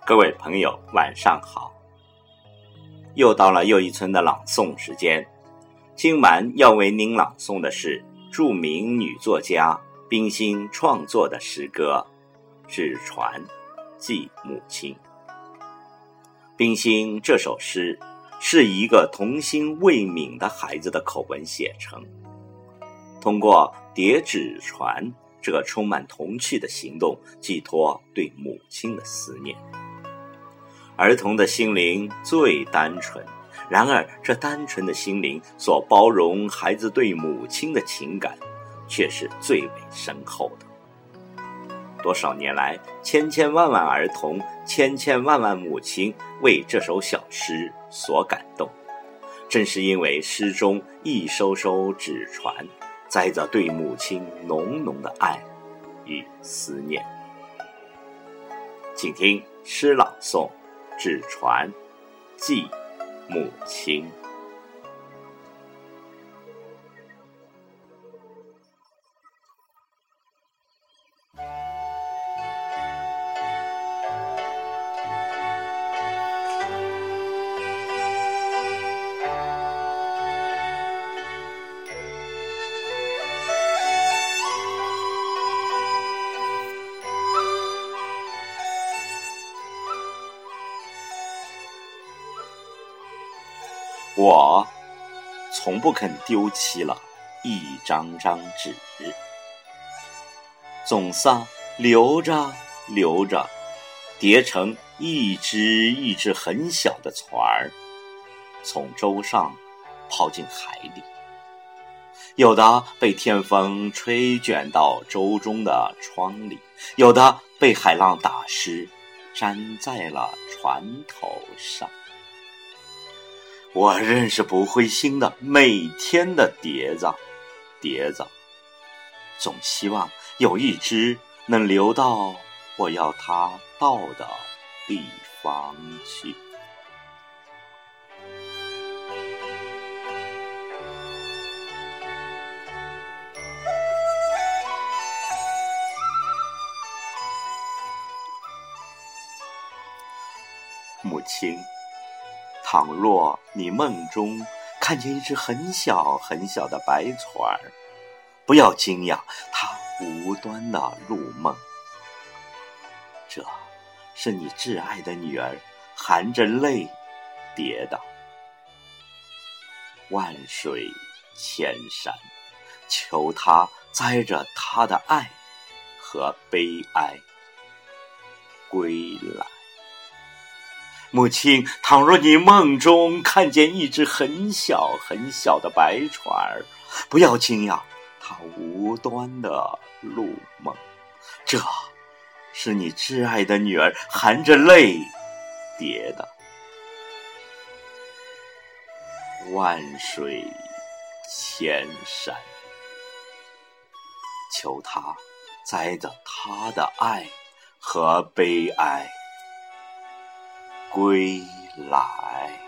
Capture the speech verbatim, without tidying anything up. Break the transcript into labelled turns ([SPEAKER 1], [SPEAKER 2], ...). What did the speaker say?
[SPEAKER 1] 各位朋友晚上好，又到了又一村的朗诵时间。今晚要为您朗诵的是著名女作家冰心创作的诗歌《纸船寄母亲》。冰心这首诗是以一个童心未泯的孩子的口吻写成，通过叠纸船这个充满童趣的行动，寄托对母亲的思念。儿童的心灵最单纯，然而这单纯的心灵所包容孩子对母亲的情感，却是最为深厚的。多少年来，千千万万儿童，千千万万母亲为这首小诗所感动。正是因为诗中一艘艘纸船，载着对母亲浓浓的爱与思念。请听诗朗诵《纸船寄母亲》。我从不肯丢弃了一张张纸，总算留着留着，叠成一只一只很小的船儿，从舟上抛进海里。有的被天风吹卷到舟中的窗里，有的被海浪打湿，粘在了船头上。我仍是不灰心的，每天的叠着叠着，总希望有一只能流到我要它到的地方去。母亲，倘若你梦中看见一只很小很小的白船，不要惊讶它无端的入梦，这是你挚爱的女儿含着泪叠的。万水千山，求她载着她的爱和悲哀归来。母亲，倘若你梦中看见一只很小很小的白船，不要惊讶它无端的入梦，这是你挚爱的女儿含着泪叠的。万水千山，求她载着她的爱和悲哀归来。